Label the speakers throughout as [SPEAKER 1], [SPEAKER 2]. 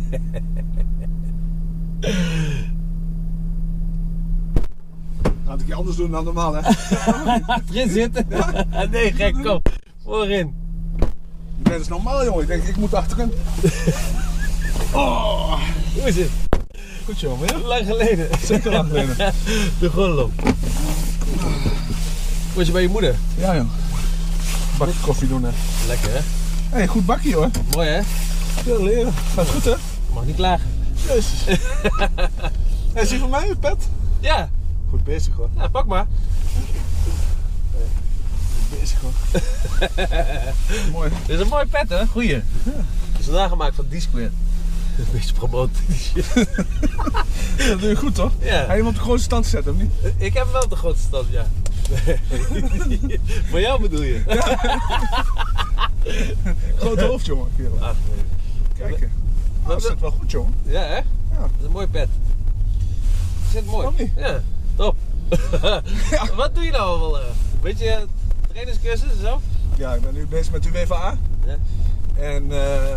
[SPEAKER 1] Laat ik je anders doen dan normaal, hè?
[SPEAKER 2] Achterin zitten? Ja? Nee, gek, kom. Voorin.
[SPEAKER 1] Dat is normaal, jongen. Ik denk, ik moet achterin. Oh.
[SPEAKER 2] Hoe is het?
[SPEAKER 1] Goed, jongen. Ja?
[SPEAKER 2] Lang geleden.
[SPEAKER 1] Zeker lang geleden.
[SPEAKER 2] De gordel op. Was je bij je moeder?
[SPEAKER 1] Ja, joh. Bakje koffie doen, hè.
[SPEAKER 2] Lekker, hè?
[SPEAKER 1] Hé, goed bakje, hoor.
[SPEAKER 2] Mooi, hè?
[SPEAKER 1] Veel leren. Gaat goed, hè?
[SPEAKER 2] Mag niet klagen.
[SPEAKER 1] Jezus. Hé, zie je van mij een pet?
[SPEAKER 2] Ja.
[SPEAKER 1] Goed bezig, hoor.
[SPEAKER 2] Ja, pak maar.
[SPEAKER 1] Goed bezig, hoor. Mooi.
[SPEAKER 2] Dit is een mooi pet, hè? Goeie. Ja. Het is vandaag gemaakt van D-Square. Een beetje promoten.
[SPEAKER 1] Dat doe je goed, toch?
[SPEAKER 2] Ja.
[SPEAKER 1] Ga je hem op de grootste stand zetten, of niet?
[SPEAKER 2] Ik heb hem wel op de grootste stand, ja. Voor jou bedoel je? Ja.
[SPEAKER 1] Groot hoofd, jongen, kerel.
[SPEAKER 2] Ach, nee.
[SPEAKER 1] Kijk, dat zit wel goed, jongen.
[SPEAKER 2] Ja, hè?
[SPEAKER 1] Ja.
[SPEAKER 2] Dat is een mooi pet. Zit mooi.
[SPEAKER 1] Of niet?
[SPEAKER 2] Ja, top.
[SPEAKER 1] Ja.
[SPEAKER 2] Wat doe je nou allemaal? Weet je, trainingscursus en zo?
[SPEAKER 1] Ja, ik ben nu bezig met UEFA.
[SPEAKER 2] Ja.
[SPEAKER 1] En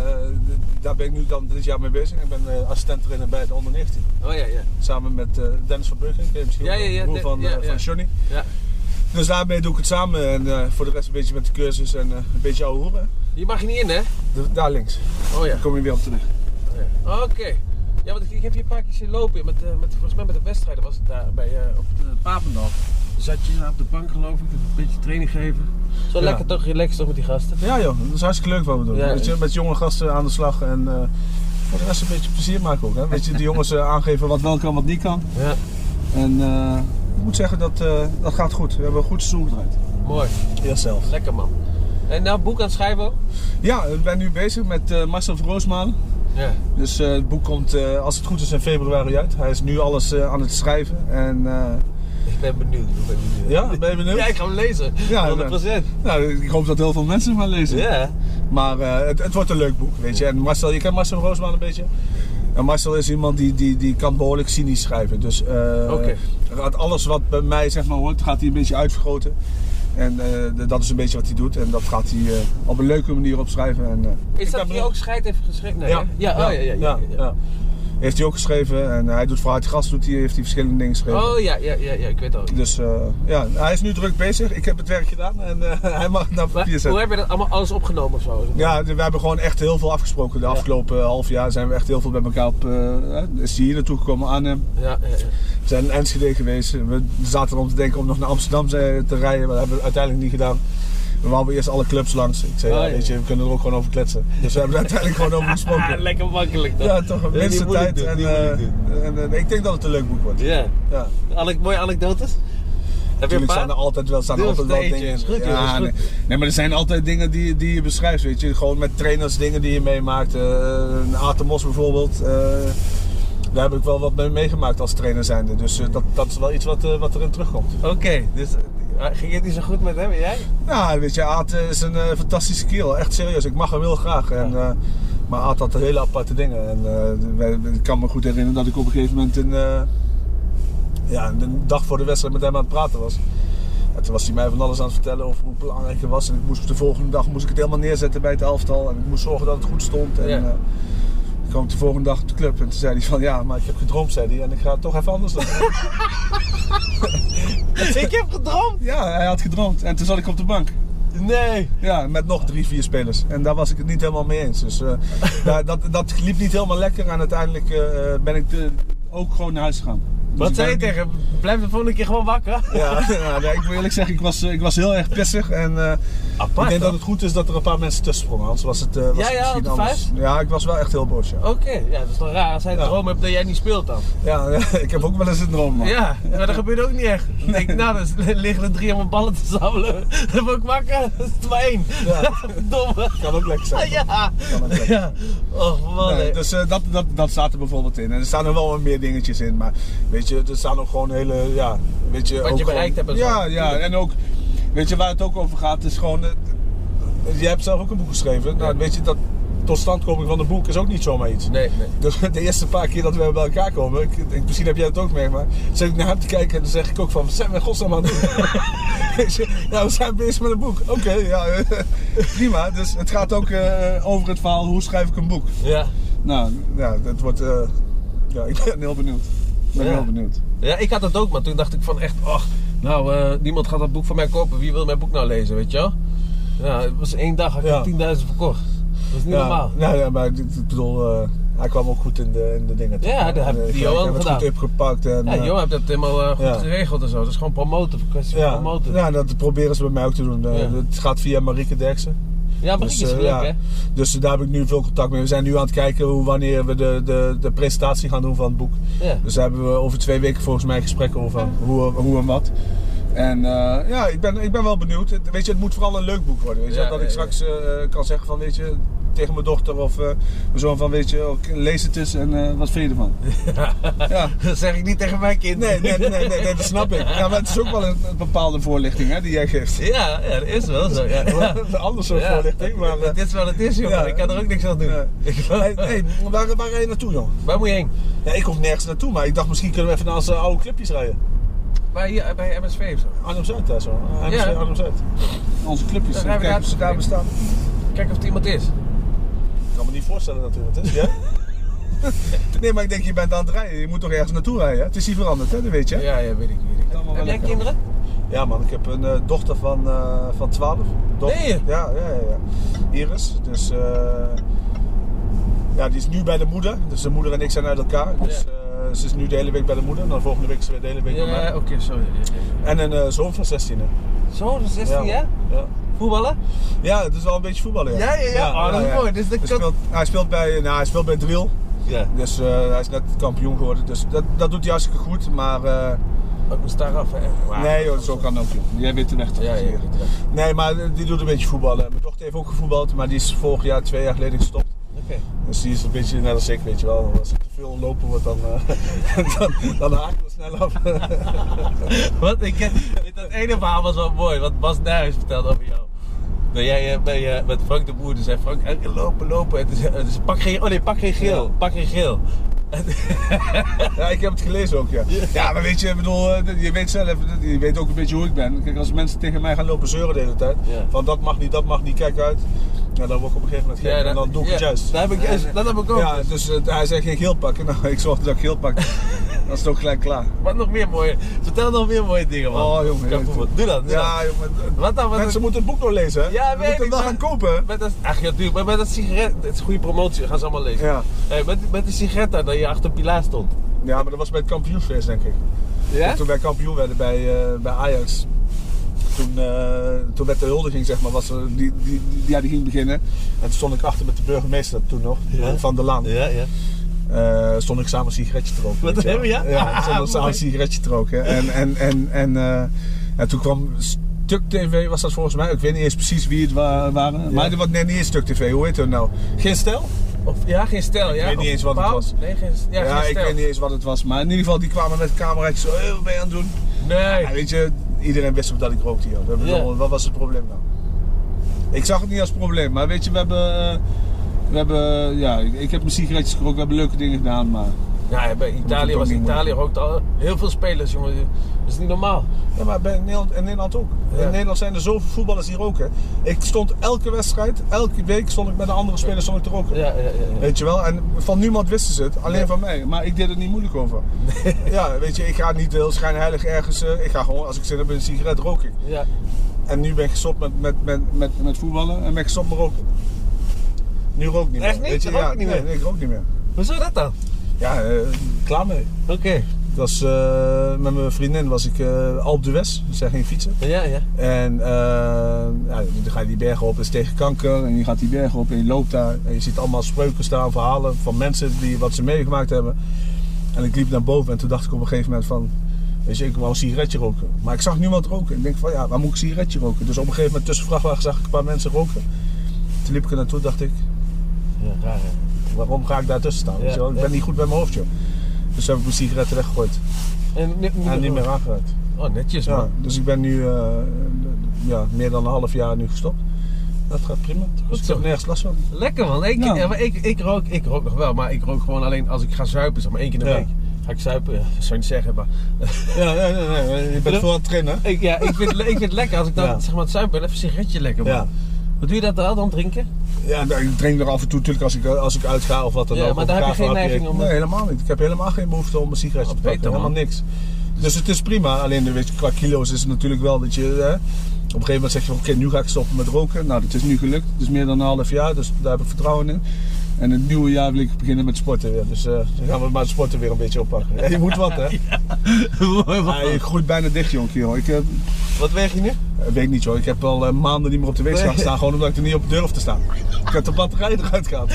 [SPEAKER 1] daar ben ik nu dan dit jaar mee bezig. Ik ben assistent trainer bij de onder 19.
[SPEAKER 2] Oh ja, ja.
[SPEAKER 1] Samen met Dennis van Beuging, ken je misschien
[SPEAKER 2] Ja,
[SPEAKER 1] ook,
[SPEAKER 2] ja, ja,
[SPEAKER 1] de broer van
[SPEAKER 2] ja.
[SPEAKER 1] Johnny.
[SPEAKER 2] Ja.
[SPEAKER 1] Dus daarmee doe ik het samen en voor de rest een beetje met de cursus en een beetje ouwe hoeren.
[SPEAKER 2] Hier mag je niet in, hè?
[SPEAKER 1] Daar links.
[SPEAKER 2] Oh ja.
[SPEAKER 1] Daar kom je weer op terug.
[SPEAKER 2] Oh, ja. Oké. Ja, want ik heb hier een paar keer zien lopen. Volgens mij met de wedstrijden was het daar bij, op de Papendal. Dan zat je op de bank, geloof ik, een beetje training geven. Zo
[SPEAKER 1] Ja.
[SPEAKER 2] lekker toch, relaxed toch met die gasten?
[SPEAKER 1] Ja joh, dat is hartstikke leuk wat we doen.
[SPEAKER 2] Ja,
[SPEAKER 1] Weet je, met jonge gasten aan de slag en voor de rest een beetje plezier maken ook. Hè? Weet je, die jongens aangeven wat wel kan, wat niet kan.
[SPEAKER 2] Ja.
[SPEAKER 1] En ik moet zeggen, dat gaat goed. We hebben een goed seizoen gedraaid.
[SPEAKER 2] Mooi.
[SPEAKER 1] Ja, zelf.
[SPEAKER 2] Lekker, man. En nou, boek aan het schrijven ook?
[SPEAKER 1] Ja, ik ben nu bezig met Marcel van Roosmalen.
[SPEAKER 2] Ja.
[SPEAKER 1] Dus het boek komt, als het goed is, in februari uit. Hij is nu alles aan het schrijven. En,
[SPEAKER 2] Ik ben benieuwd.
[SPEAKER 1] ja, ben je benieuwd?
[SPEAKER 2] Ja, ik ga hem lezen.
[SPEAKER 1] Ja,
[SPEAKER 2] 100%.
[SPEAKER 1] Nou, ik hoop dat heel veel mensen hem gaan lezen.
[SPEAKER 2] Ja.
[SPEAKER 1] Maar het wordt een leuk boek, weet je. En Marcel, je kent Marcel van Roosmalen een beetje. En Marcel is iemand die kan behoorlijk cynisch schrijven. Dus alles wat bij mij zeg maar hoort, gaat hij een beetje uitvergroten. En dat is een beetje wat hij doet. En dat gaat hij op een leuke manier opschrijven. En,
[SPEAKER 2] Is dat hij ook Scheid heeft geschreven? Nee,
[SPEAKER 1] ja.
[SPEAKER 2] Ja. Oh, ja.
[SPEAKER 1] Heeft hij ook geschreven. En hij doet voor Uit Gras heeft hij verschillende dingen geschreven.
[SPEAKER 2] Oh ja, ik weet het ook.
[SPEAKER 1] Dus ja, hij is nu druk bezig. Ik heb het werk gedaan en hij mag het naar papier zetten.
[SPEAKER 2] Hoe heb je dat allemaal alles opgenomen of zo?
[SPEAKER 1] Ja, we hebben gewoon echt heel veel afgesproken. De afgelopen half jaar zijn we echt heel veel bij elkaar op. Is hij hier naartoe gekomen, Arnhem.
[SPEAKER 2] Ja.
[SPEAKER 1] We zijn in Enschede geweest. We zaten erom te denken om nog naar Amsterdam te rijden. Maar dat hebben we uiteindelijk niet gedaan. We wouden eerst alle clubs langs. Ik zei, weet je, we kunnen er ook gewoon over kletsen. Dus we hebben er uiteindelijk gewoon over gesproken.
[SPEAKER 2] Lekker makkelijk toch?
[SPEAKER 1] Ja, toch een minste tijd.
[SPEAKER 2] Doen,
[SPEAKER 1] en ik denk dat het een leuk boek wordt.
[SPEAKER 2] Ja.
[SPEAKER 1] Ja.
[SPEAKER 2] Mooie anekdotes? Heb je een
[SPEAKER 1] Natuurlijk
[SPEAKER 2] paar?
[SPEAKER 1] staan er altijd wel dingen in.
[SPEAKER 2] Is goed,
[SPEAKER 1] ja,
[SPEAKER 2] is goed.
[SPEAKER 1] Nee, maar er zijn altijd dingen die je beschrijft, weet je. Gewoon met trainers, dingen die je meemaakt. Aad de Mos bijvoorbeeld. Daar heb ik wel wat mee meegemaakt als trainer zijnde. Dus dat is wel iets wat erin terugkomt.
[SPEAKER 2] Oké, dus ging het niet zo goed met hem en jij?
[SPEAKER 1] Nou, weet je, Aad is een fantastische kerel. Echt serieus, ik mag hem heel graag. En, maar Aad had hele aparte dingen. En ik kan me goed herinneren dat ik op een gegeven moment een dag voor de wedstrijd met hem aan het praten was. En toen was hij mij van alles aan het vertellen over hoe belangrijk het was. En de volgende dag moest ik het helemaal neerzetten bij het elftal. En ik moest zorgen dat het goed stond. En,
[SPEAKER 2] Ja.
[SPEAKER 1] toen kwam ik de volgende dag op de club en toen zei hij van ja, maar ik heb gedroomd, zei hij. En ik ga het toch even anders doen.
[SPEAKER 2] Ik heb gedroomd?
[SPEAKER 1] Ja, hij had gedroomd. En toen zat ik op de bank.
[SPEAKER 2] Nee.
[SPEAKER 1] Ja, met nog 3-4 spelers. En daar was ik het niet helemaal mee eens. Dus dat liep niet helemaal lekker. En uiteindelijk ben ik ook gewoon naar huis gegaan. Dus
[SPEAKER 2] Wat zei je tegen hem? Blijf de volgende keer gewoon wakker?
[SPEAKER 1] Ja, ik moet eerlijk zeggen, ik was heel erg pissig. En
[SPEAKER 2] Apart,
[SPEAKER 1] ik denk
[SPEAKER 2] toch?
[SPEAKER 1] dat het goed is dat er een paar mensen tussen sprongen. Anders was het, was het misschien
[SPEAKER 2] op de
[SPEAKER 1] anders.
[SPEAKER 2] vuist?
[SPEAKER 1] Ja, ik was wel echt heel boos. Ja.
[SPEAKER 2] Oké, ja, dat is toch raar als hij de droom hebt dat jij niet speelt dan?
[SPEAKER 1] Ja, ik heb ook wel eens een droom, man.
[SPEAKER 2] Ja, maar dat gebeurt ook niet echt. Dan denk ik, nou, dan liggen er 3 om ballen te sammelen. Dan word ik wakker, dat is het maar 1.
[SPEAKER 1] Ja.
[SPEAKER 2] Domme.
[SPEAKER 1] Kan ook lekker zijn.
[SPEAKER 2] Ja.
[SPEAKER 1] Kan ook lekker.
[SPEAKER 2] Ja. Och man.
[SPEAKER 1] Nee, dus dat staat er bijvoorbeeld in. En er staan er wel wat meer dingetjes in. Maar weet je, er staan ook gewoon hele, ja, weet je.
[SPEAKER 2] Wat
[SPEAKER 1] ook
[SPEAKER 2] je bereikt
[SPEAKER 1] gewoon,
[SPEAKER 2] hebt en zo.
[SPEAKER 1] Ja, en ook, weet je, waar het ook over gaat, is gewoon, jij hebt zelf ook een boek geschreven. Nou, weet je, totstandkoming van een boek is ook niet zomaar iets.
[SPEAKER 2] Nee.
[SPEAKER 1] Dus de eerste paar keer dat we bij elkaar komen, misschien heb jij het ook meegemaakt, zit ik naar hem te kijken en dan zeg ik ook van, wat zijn we in godsnaam aan het doen? Ja, we zijn bezig met een boek. Oké, ja, prima. Dus het gaat ook over het verhaal, hoe schrijf ik een boek?
[SPEAKER 2] Ja.
[SPEAKER 1] Nou, ja, dat wordt, ja, ik ben heel benieuwd. Heel benieuwd.
[SPEAKER 2] Ja, ik had het ook, maar toen dacht ik van echt, niemand gaat dat boek van mij kopen. Wie wil mijn boek nou lezen, weet je wel? Ja, het was 1 dag, had ik 10.000 verkocht. Dat is niet normaal.
[SPEAKER 1] Nou ja, maar ik bedoel, hij kwam ook goed in de dingen.
[SPEAKER 2] Ja, dat heb die Johan gedaan.
[SPEAKER 1] Ik heb het goed opgepakt. En,
[SPEAKER 2] ja, Johan heeft dat helemaal goed geregeld en zo. Dat is gewoon promoten, kwestie van promoten.
[SPEAKER 1] Ja, dat proberen ze bij mij ook te doen. Het gaat via Marieke Derksen.
[SPEAKER 2] Ja, Marieke is leuk, hè?
[SPEAKER 1] Dus daar heb ik nu veel contact mee. We zijn nu aan het kijken wanneer we de presentatie gaan doen van het boek. Ja. Dus daar hebben we over 2 weken volgens mij gesprekken over hoe en wat. En ja, ik ben wel benieuwd. Weet je, het moet vooral een leuk boek worden. Weet je? Dat ik straks kan zeggen van, weet je, tegen mijn dochter of mijn zoon van, weet je, lees het eens en wat vind je ervan? Ja.
[SPEAKER 2] Dat zeg ik niet tegen mijn kind.
[SPEAKER 1] Nee, dat snap ik. Ja, maar het is ook wel een bepaalde voorlichting, hè, die jij geeft.
[SPEAKER 2] Ja, dat is wel zo. Ja.
[SPEAKER 1] Een ander soort voorlichting. Maar,
[SPEAKER 2] dit is wel het is, jongen. Ja. Ik kan er ook niks aan doen.
[SPEAKER 1] Hey, waar ga je naartoe, joh?
[SPEAKER 2] Waar moet je heen?
[SPEAKER 1] Ja, ik hoef nergens naartoe, maar ik dacht misschien kunnen we even naar onze oude clipjes rijden.
[SPEAKER 2] Bij MSV of zo?
[SPEAKER 1] Arnhem-Zuid daar zo. MSV Arnhem-Zuid. Onze clubjes.
[SPEAKER 2] Kijken
[SPEAKER 1] of ze daar bestaan.
[SPEAKER 2] Kijk of er iemand is.
[SPEAKER 1] Ik kan me niet voorstellen dat er iemand is. Ja? Nee, maar ik denk je bent aan het rijden. Je moet toch ergens naartoe rijden. Het is hier veranderd, hè? Dat weet je.
[SPEAKER 2] Ja, weet ik. Heb jij kinderen?
[SPEAKER 1] Ja man, ik heb een dochter van 12.
[SPEAKER 2] Nee?
[SPEAKER 1] Ja. Iris. Dus ja, die is nu bij de moeder. Dus de moeder en ik zijn uit elkaar. Dus ze is nu de hele week bij de moeder. Dan volgende week is ze weer de hele week bij mij.
[SPEAKER 2] Ja, oké, sorry. Ja.
[SPEAKER 1] En een zoon van 16.
[SPEAKER 2] Zoon van 16, ja? Voetballen?
[SPEAKER 1] Ja, het is wel een beetje voetballen.
[SPEAKER 2] Ja. Oh, dat is mooi. Dus
[SPEAKER 1] hij speelt bij Driel. Ja. Dus hij is net kampioen geworden. Dus dat doet hij hartstikke goed. Maar
[SPEAKER 2] ik moest daar af.
[SPEAKER 1] Nee, joh, zo kan ook. Jij weet de weg toch?
[SPEAKER 2] Ja,
[SPEAKER 1] nee, maar die doet een beetje voetballen. Mijn dochter heeft ook gevoetbald, maar die is vorig jaar, 2 jaar geleden gestopt.
[SPEAKER 2] Okay.
[SPEAKER 1] Dus die is een beetje net als ik, weet je wel. Als het te veel lopen wordt, dan haak ik wel snel af.
[SPEAKER 2] Dat ene verhaal was wel mooi, wat Bas Nijhuis vertelde over jou. Nou, jij met Frank de Boer, dus zei Frank, lopen. Het is, pak geen geel. Pak geen geel.
[SPEAKER 1] Ja, ik heb het gelezen ook, ja. Ja, maar weet je, ik bedoel, je weet zelf, je weet ook een beetje hoe ik ben. Kijk, als mensen tegen mij gaan lopen zeuren de hele tijd, van dat mag niet, kijk uit. Ja, dan word ik op een gegeven moment gek en dan doe ik het juist.
[SPEAKER 2] Dat heb ik ook.
[SPEAKER 1] Ja, dus hij zei geen geel pakken. Nou, ik zorg dat ik geel pak. Dan is het ook gelijk klaar.
[SPEAKER 2] Wat nog meer mooie, vertel nog meer mooie dingen, man.
[SPEAKER 1] Oh, jongen.
[SPEAKER 2] Doe dat.
[SPEAKER 1] Ja, jongen. Mensen moeten het boek nog lezen, hè?
[SPEAKER 2] Ja,
[SPEAKER 1] we moeten het wel gaan kopen.
[SPEAKER 2] Maar met dat sigaret, het is een goede promotie, gaan ze allemaal lezen. Ja. Hey, met die sigaret daar, dat je achter een pilaar stond. Ja, maar dat was bij het kampioensfeest, denk ik. Ja? Toen wij kampioen werden bij Ajax. Toen werd de huldiging, zeg maar, die ging beginnen. En toen stond ik achter met de burgemeester toen nog, van de Laan. Ja. Stond ik samen een sigaretje te roken. Wat hebben we?
[SPEAKER 1] Ja, stond samen een sigaretje te roken. En toen kwam Stuk TV, was dat volgens mij. Ik weet niet eens precies wie het waren. Ja. Maar het was niet eens Stuk TV, hoe heet het nou? Geen Stijl?
[SPEAKER 2] Geen Stijl, ja.
[SPEAKER 1] Ik weet niet eens wat het was.
[SPEAKER 2] Nee, geen Stijl.
[SPEAKER 1] Ik weet niet eens wat het was. Maar in ieder geval, die kwamen met camera's zo, wat ben je aan het doen?
[SPEAKER 2] Nee.
[SPEAKER 1] Ja, weet je, iedereen wist ook dat ik rookte hier. Wat was het probleem nou? Ik zag het niet als probleem, maar weet je, ik heb mijn sigaretjes gerookt, we hebben leuke dingen gedaan, maar...
[SPEAKER 2] Ja, bij Italië rookt al heel veel spelers, jongen. Dat is niet normaal.
[SPEAKER 1] Ja, maar in Nederland ook. Ja. In Nederland zijn er zoveel voetballers die roken. Ik stond elke wedstrijd, elke week stond ik met een andere speler te roken. Ja. Weet je wel? En van niemand wisten ze het, alleen van mij. Maar ik deed er niet moeilijk over. Nee. Ja, weet je, ik ga niet heel schijnheilig ergens... ik ga gewoon, als ik zin heb in een sigaret, rook ik. Ja. En nu ben ik gestopt met voetballen en ben ik gestopt met roken. Nu rook ik niet meer.
[SPEAKER 2] Echt niet?
[SPEAKER 1] Weet je? Nee, ik rook niet meer.
[SPEAKER 2] Hoezo dat dan?
[SPEAKER 1] Ja, klaar mee.
[SPEAKER 2] Oké.
[SPEAKER 1] Met mijn vriendin was ik Alpe d'Huez, dus zij ging fietsen.
[SPEAKER 2] Ja.
[SPEAKER 1] En dan ga je die bergen op, het is tegen kanker. En je gaat die bergen op en je loopt daar. En je ziet allemaal spreuken staan, verhalen van mensen die wat ze meegemaakt hebben. En ik liep naar boven en toen dacht ik op een gegeven moment van... Weet je, ik wou een sigaretje roken. Maar ik zag niemand roken. Ik denk van ja, waar moet ik een sigaretje roken? Dus op een gegeven moment tussen vrachtwagen zag ik een paar mensen roken. Toen liep ik er naartoe dacht ik... Ja, raar hè. Waarom ga ik daar tussen staan? Weet je wel? Ik ben niet goed bij mijn hoofd, joh. Dus heb ik mijn sigaretten weggegooid. En niet meer aangeraakt.
[SPEAKER 2] Oh, netjes man.
[SPEAKER 1] Ja, dus ik ben nu meer dan een half jaar nu gestopt. dat gaat prima. Dus ik heb nergens last van.
[SPEAKER 2] Lekker man. Ik rook nog wel, maar ik rook gewoon alleen als ik ga zuipen, zeg maar 1 keer in de week. Ga ik zuipen? Ja, dat zou je niet zeggen, maar...
[SPEAKER 1] Je bent veel aan het trainen.
[SPEAKER 2] Ik vind het lekker als ik dan zeg maar aan het zuipen ben, even een sigaretje lekker man. Ja. Wat doe je dat dan drinken?
[SPEAKER 1] Ja, ik drink er af en toe natuurlijk als ik uitga of wat dan ook.
[SPEAKER 2] Ja, maar daar heb je geen neiging om...
[SPEAKER 1] Nee, helemaal niet. Ik heb helemaal geen behoefte om een sigaretje te pakken. Helemaal niks. Dus het is prima. Alleen weet je, qua kilo's is het natuurlijk wel dat je... op een gegeven moment zeg je, oké, nu ga ik stoppen met roken. Nou, dat is nu gelukt. Het is meer dan een half jaar, dus daar heb ik vertrouwen in. En het nieuwe jaar wil ik beginnen met sporten weer. Dus dan gaan we maar het sporten weer een beetje oppakken. Ja, je moet wat, hè? Je groeit bijna dicht, jongen.
[SPEAKER 2] Wat weeg je nu?
[SPEAKER 1] Weet ik niet, joh. Ik heb al maanden niet meer op de weegschaal gestaan. Gewoon omdat ik er niet op durf te staan. Ik heb de batterij eruit gehaald.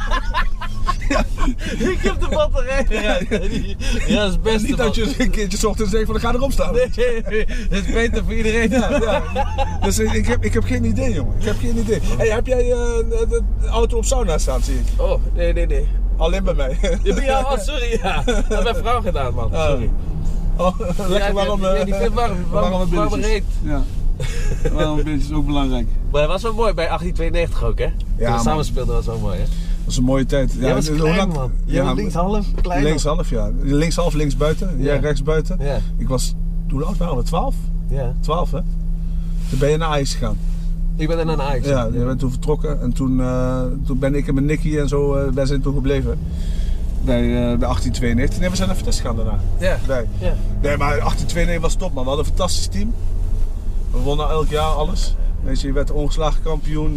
[SPEAKER 2] Ja. Ik heb de batterij eruit. Ja, dat is het beste.
[SPEAKER 1] Niet dat je een keertje 's ochtends denkt van, ik ga erop staan.
[SPEAKER 2] Nee, dat is beter voor iedereen.
[SPEAKER 1] Ja. Dus ik heb geen idee, jongen. Ik heb geen idee. Hey, heb jij de auto op sauna staan, zie ik?
[SPEAKER 2] Oh, nee.
[SPEAKER 1] Alleen bij mij.
[SPEAKER 2] Sorry. Ja. Dat heb mijn vrouw gedaan, man. Sorry.
[SPEAKER 1] Oh, lekker warm.
[SPEAKER 2] Die vindt warme reet.
[SPEAKER 1] Ja. Warme billetjes is ook belangrijk.
[SPEAKER 2] Maar het was wel mooi bij 1892 ook, hè?
[SPEAKER 1] Ja,
[SPEAKER 2] toen we samen speelden was wel mooi, hè?
[SPEAKER 1] Dat was een mooie tijd. Ja,
[SPEAKER 2] jij was klein, man. Jij was linkshalf, klein.
[SPEAKER 1] Linkshalf, ja. Linkshalf, linksbuiten. Jij rechtsbuiten. Ja. Ik was, hoe oud waren we? 12?
[SPEAKER 2] Ja.
[SPEAKER 1] 12, hè? Toen ben je naar Ajax gegaan.
[SPEAKER 2] Ik ben naar Ajax.
[SPEAKER 1] Ja, je bent toen vertrokken. En toen ben ik en mijn Nicky en zo, wij zijn toen gebleven. Bij 1892. Nee, we zijn naar Vitesse gegaan daarna.
[SPEAKER 2] Ja.
[SPEAKER 1] Nee, maar 1892 was top, man. We hadden een fantastisch team. We wonnen elk jaar alles. Weet je werd ongeslagen kampioen.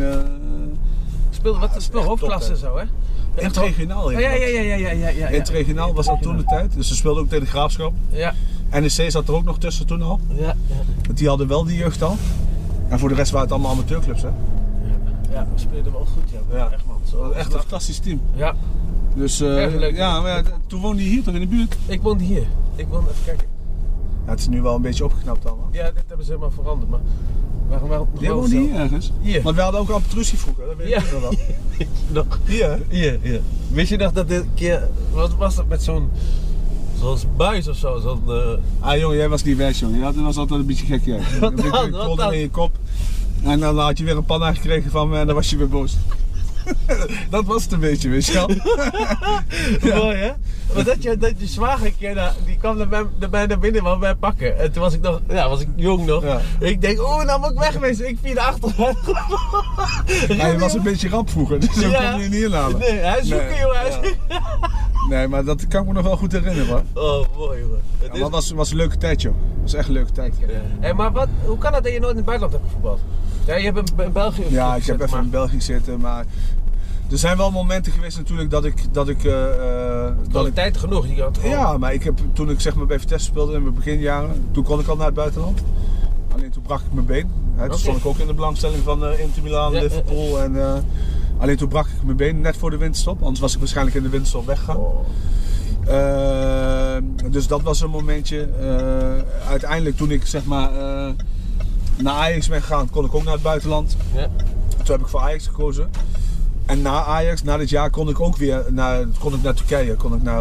[SPEAKER 2] Speelde hoofdklasse en zo, hè?
[SPEAKER 1] Interregionaal.
[SPEAKER 2] Ja.
[SPEAKER 1] Interregionaal was dat toen de tijd. Dus ze speelden ook tegen de Graafschap.
[SPEAKER 2] Ja.
[SPEAKER 1] NEC zat er ook nog tussen toen al.
[SPEAKER 2] Ja.
[SPEAKER 1] Want die hadden wel die jeugd al. En voor de rest waren het allemaal amateurclubs, hè?
[SPEAKER 2] Ja, we speelden wel goed, ja. Echt, man.
[SPEAKER 1] Echt een fantastisch team.
[SPEAKER 2] Ja.
[SPEAKER 1] Dus maar toen woonde je hier toch in de buurt?
[SPEAKER 2] Ik woonde hier. Even kijken.
[SPEAKER 1] Ja, het is nu wel een beetje opgeknapt allemaal.
[SPEAKER 2] Ja, dit hebben ze helemaal veranderd, maar...
[SPEAKER 1] Jij woonde hier ergens?
[SPEAKER 2] Hier.
[SPEAKER 1] Want we hadden ook al Petrucci vroeger, dat weet ik nog wel.
[SPEAKER 2] Nog. Hier. Wist je nog dat dit keer... Wat was dat met zo'n buis of zo?
[SPEAKER 1] Ah jongen, jij was niet weg, jongen. Dat was altijd een beetje gek, jij.
[SPEAKER 2] Wat dan?
[SPEAKER 1] Wat dan? In je kop. En dan had je weer een panna gekregen van me en dan was je weer boos. Dat was het een beetje, weet je wel.
[SPEAKER 2] Mooi, hè? Maar dat je zwager een keer, die kwam naar mij naar binnen, wou mij pakken. En toen was ik nog, was ik jong nog. Ja. Ik denk, nou moet ik wegwezen. Ik viel naar achteruit.
[SPEAKER 1] Hij was een beetje rap vroeger, dus dan kon je niet inhalen.
[SPEAKER 2] Nee, hij is zoeken, jongen.
[SPEAKER 1] Nee, maar dat kan ik me nog wel goed herinneren, hoor.
[SPEAKER 2] Oh, mooi, jongen.
[SPEAKER 1] Ja, dat was een leuke tijd, joh. Dat was echt een leuke tijd.
[SPEAKER 2] Ja. Hey, maar hoe kan het dat je nooit in het buitenland hebt gevoetbald? Ja, je hebt in België gezeten.
[SPEAKER 1] Ja, ik heb even in België gezeten, maar... Er zijn wel momenten geweest natuurlijk dat ik
[SPEAKER 2] tijd genoeg. Je had gewoon...
[SPEAKER 1] Ja, maar toen ik zeg maar bij Vitesse speelde in mijn beginjaren, toen kon ik al naar het buitenland. Alleen toen brak ik mijn been. Toen stond ik ook in de belangstelling van Inter Milan, Liverpool. En, alleen toen brak ik mijn been net voor de winterstop. Anders was ik waarschijnlijk in de winterstop weggegaan. Dus dat was een momentje. Uiteindelijk toen ik zeg maar naar Ajax ben gegaan, kon ik ook naar het buitenland. Ja. Toen heb ik voor Ajax gekozen. En na Ajax, na dit jaar, kon ik ook weer naar Turkije.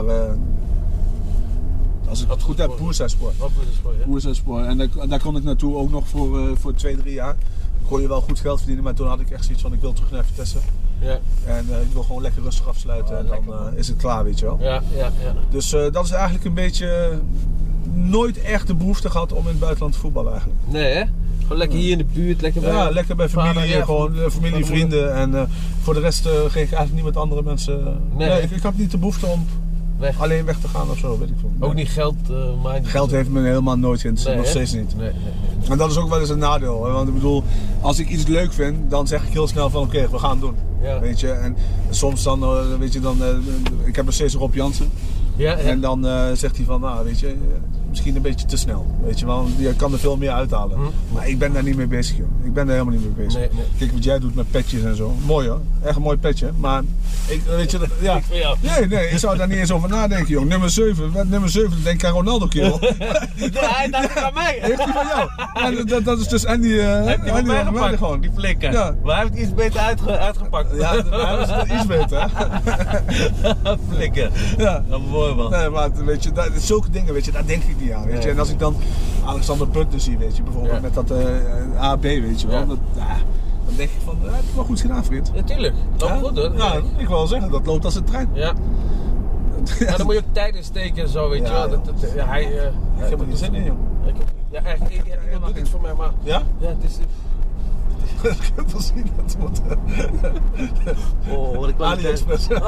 [SPEAKER 1] Als ik het goed heb, Bursaspor. Bursaspor. En daar kon ik naartoe ook nog voor 2-3 jaar. Dan kon je wel goed geld verdienen, maar toen had ik echt zoiets van, ik wil terug naar Vitesse. Ja. En ik wil gewoon lekker rustig afsluiten en dan is het klaar, weet je wel.
[SPEAKER 2] Ja.
[SPEAKER 1] Dus dat is eigenlijk een beetje nooit echt de behoefte gehad om in het buitenland te voetballen eigenlijk.
[SPEAKER 2] Nee, hè? Gewoon lekker hier in de buurt, lekker
[SPEAKER 1] bij familie, gewoon familie, vrienden en voor de rest ging ik eigenlijk niet met andere mensen. Nee, ik had niet de behoefte om alleen weg te gaan of zo, weet ik veel.
[SPEAKER 2] Ook niet geld, maar
[SPEAKER 1] geld heeft me helemaal nooit geïnteresseerd, nog steeds niet. Nee. En dat is ook wel eens een nadeel, hè? Want ik bedoel, als ik iets leuk vind, dan zeg ik heel snel van oké, we gaan het doen. Ja. Weet je, en soms dan, weet je, ik heb nog steeds Rob Jansen. Ja. En dan zegt hij van, nou weet je, misschien een beetje te snel, weet je wel, je kan er veel meer uithalen. Maar ik ben daar niet mee bezig, joh. Ik ben daar helemaal niet mee bezig. Nee. Kijk wat jij doet met petjes en zo, mooi hoor, echt een mooi petje, maar weet je, ja. Nee, ik zou daar niet eens over nadenken, joh. Nummer 7, denk ik aan Ronaldo, kerel.
[SPEAKER 2] Nee, hij dacht aan mij.
[SPEAKER 1] Heeft hij van jou? En dat is dus Andy van mij gewoon.
[SPEAKER 2] Die flikker. Ja. Maar hij heeft het iets beter uitgepakt.
[SPEAKER 1] Ja, hij was iets beter.
[SPEAKER 2] Flikker. Ja. Mooi man.
[SPEAKER 1] Nee, maar weet je, zulke dingen, weet je, daar denk ik niet aan, weet je. En als ik dan Alexander Putten zie, weet je, bijvoorbeeld met dat AB, weet je wel, dan denk ik van, heb je wel goed gedaan, vriend.
[SPEAKER 2] Natuurlijk, loopt goed hoor.
[SPEAKER 1] Ja, ik wil wel zeggen, dat loopt als een trein.
[SPEAKER 2] Ja. Maar dan moet je ook tijd in steken en zo, weet je wel.
[SPEAKER 1] Ik heb er niet zin in, joh.
[SPEAKER 2] Ja, eigenlijk, iemand doet iets voor mij, maar...
[SPEAKER 1] Ja?
[SPEAKER 2] Ja, het is...
[SPEAKER 1] Ik heb wel zien dat het wordt...
[SPEAKER 2] wat ik
[SPEAKER 1] AliExpress.
[SPEAKER 2] Ja,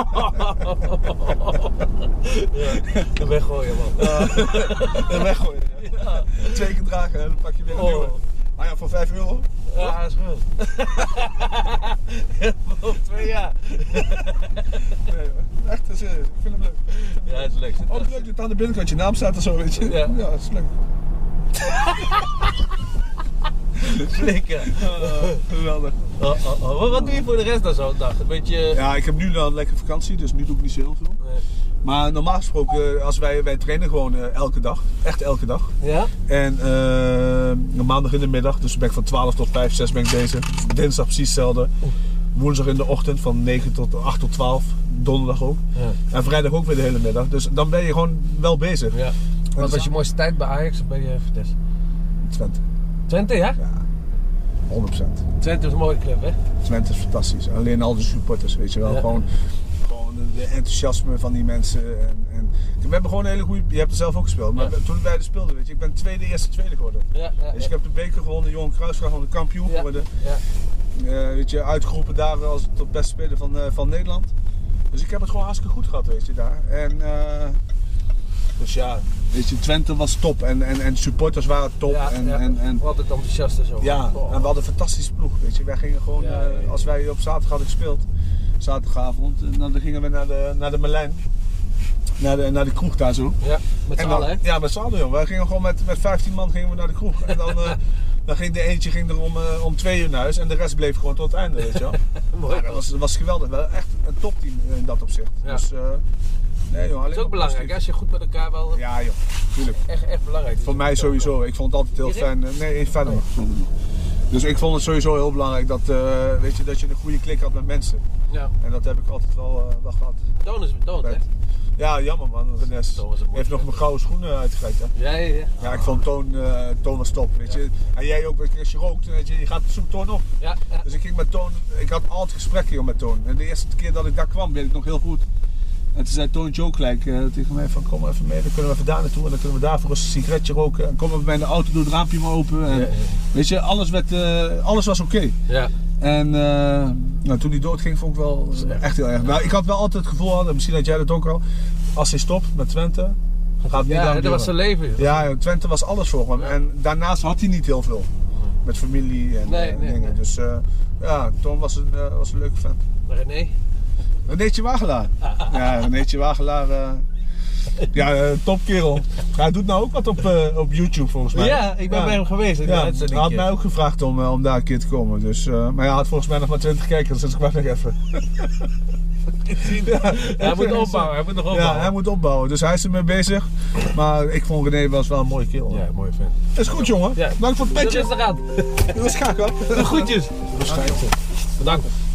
[SPEAKER 2] de weggooien, man.
[SPEAKER 1] De weggooien, ja. 2 keer dragen en dan pak je weer een nieuwe. Ah ja, voor €5.
[SPEAKER 2] Ja, dat is goed. Op 2 jaar.
[SPEAKER 1] Nee, echt, ik vind hem leuk.
[SPEAKER 2] Ja, het is leuk.
[SPEAKER 1] Oh, het is leuk dat aan de binnenkant je naam staat en zo, weet je.
[SPEAKER 2] Ja,
[SPEAKER 1] dat is leuk.
[SPEAKER 2] Flikken.
[SPEAKER 1] Geweldig.
[SPEAKER 2] Wat doe je voor de rest dan zo'n dag? Een beetje...
[SPEAKER 1] Ja, ik heb nu dan lekker vakantie, dus nu doe ik niet zo heel veel. Nee. Maar normaal gesproken, als wij trainen gewoon elke dag. Echt elke dag.
[SPEAKER 2] Ja?
[SPEAKER 1] En maandag in de middag, dus ben ik van 12 tot 5, 6 ben ik bezig. Dinsdag precies hetzelfde. Woensdag in de ochtend van 9 tot 8 tot 12. Donderdag ook. Ja. En vrijdag ook weer de hele middag. Dus dan ben je gewoon wel bezig.
[SPEAKER 2] Ja. Wat was je mooiste tijd bij Ajax of bij Vitesse?
[SPEAKER 1] Twente.
[SPEAKER 2] Twente, ja?
[SPEAKER 1] Ja. 100%.
[SPEAKER 2] Twente is een mooie club, hè?
[SPEAKER 1] Twente is fantastisch. Alleen al de supporters, weet je wel. Ja. Gewoon de enthousiasme van die mensen. En we hebben gewoon een hele goede... Je hebt er zelf ook gespeeld. Maar toen wij er speelden, weet je, ik ben eerste tweede geworden. Ja, dus ik heb de beker gewonnen, Johan Cruijffschaal gewoon de kampioen geworden. Ja. Weet je, uitgeroepen daar als tot beste speler van Nederland. Dus ik heb het gewoon hartstikke goed gehad, weet je, daar. En... Dus ja, weet je, Twente was top en supporters waren top.
[SPEAKER 2] Ja,
[SPEAKER 1] en
[SPEAKER 2] altijd enthousiast en zo.
[SPEAKER 1] Ja, en we hadden een fantastische ploeg, weet je. Wij gingen gewoon, als wij op zaterdag hadden gespeeld, zaterdagavond, en dan gingen we naar de Merlijn. Naar de kroeg daar zo.
[SPEAKER 2] Ja, met z'n allen, hè? Ja,
[SPEAKER 1] met z'n allen, joh. Wij gingen gewoon met 15 man gingen we naar de kroeg. En dan ging de eentje er om 2 uur naar huis en de rest bleef gewoon tot het einde, weet je wel.
[SPEAKER 2] Mooi,
[SPEAKER 1] dat was geweldig. Wel echt een topteam in dat opzicht. Ja. Dus, nee, joh,
[SPEAKER 2] dat is ook belangrijk, hè? Als je goed met elkaar wel...
[SPEAKER 1] Ja joh, tuurlijk.
[SPEAKER 2] Echt belangrijk.
[SPEAKER 1] Voor mij sowieso. Ik vond het altijd heel fijn. Nee, verder nog. Dus ik vond het sowieso heel belangrijk dat, weet je, dat je een goede klik had met mensen. Ja. En dat heb ik altijd wel gehad.
[SPEAKER 2] Toon is dood, hè?
[SPEAKER 1] Ja, jammer man. Rennes heeft nog mijn gouden schoenen uitgereikt, hè?
[SPEAKER 2] Ja.
[SPEAKER 1] Ja, ik vond Toon was top, weet je. En jij ook, als je rookt, weet je gaat zoek Toon op. Ja. Dus ik ging met Toon, ik had altijd gesprekken met Toon. En de eerste keer dat ik daar kwam, weet ik nog heel goed. En toen zei Toontje ook gelijk tegen mij van kom even mee, dan kunnen we even daar naartoe en dan kunnen we daar een sigaretje roken. En kom even bij de auto, doe het raampje maar open. En, weet je, alles was oké. Ja. En toen hij doodging vond ik wel echt heel erg. Nou, ik had wel altijd het gevoel, en misschien had jij dat ook al, als hij stopt met Twente, gaat het niet lang duren.
[SPEAKER 2] Dat was zijn leven.
[SPEAKER 1] Ja, Twente was alles voor hem. Ja. En daarnaast had hij niet heel veel. Met familie en dingen. Nee. Dus ja, Toon was een leuke fan.
[SPEAKER 2] René?
[SPEAKER 1] Renéetje Wagelaar. Ja, Renéetje Wagelaar. Topkerel. Hij doet nou ook wat op YouTube volgens mij.
[SPEAKER 2] Ja, ik ben bij hem geweest.
[SPEAKER 1] Hij had mij ook gevraagd om daar een keer te komen. Dus, maar hij had volgens mij nog maar 20 kijkers, dus ik wacht nog even.
[SPEAKER 2] Hij moet opbouwen, hij moet nog opbouwen.
[SPEAKER 1] Ja, hij moet opbouwen, dus hij is ermee bezig. Maar ik vond René was wel een mooie kerel.
[SPEAKER 2] Ja, mooie fan.
[SPEAKER 1] Dat is goed, jongen. Ja. Bedankt voor het petje.
[SPEAKER 2] Rustig aan.
[SPEAKER 1] Dat is graag wel.
[SPEAKER 2] De groetjes.
[SPEAKER 1] Bedankt.